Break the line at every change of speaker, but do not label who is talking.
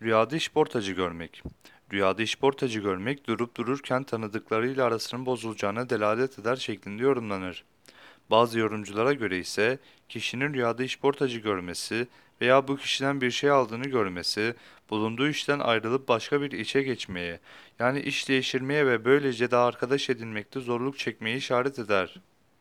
Rüyada işportacı görmek. Rüyada işportacı görmek durup dururken tanıdıklarıyla arasının bozulacağına delalet eder şeklinde yorumlanır. Bazı yorumculara göre ise kişinin rüyada işportacı görmesi veya bu kişiden bir şey aldığını görmesi, bulunduğu işten ayrılıp başka bir işe geçmeye, yani iş değiştirmeye ve böylece daha arkadaş edinmekte zorluk çekmeye işaret eder.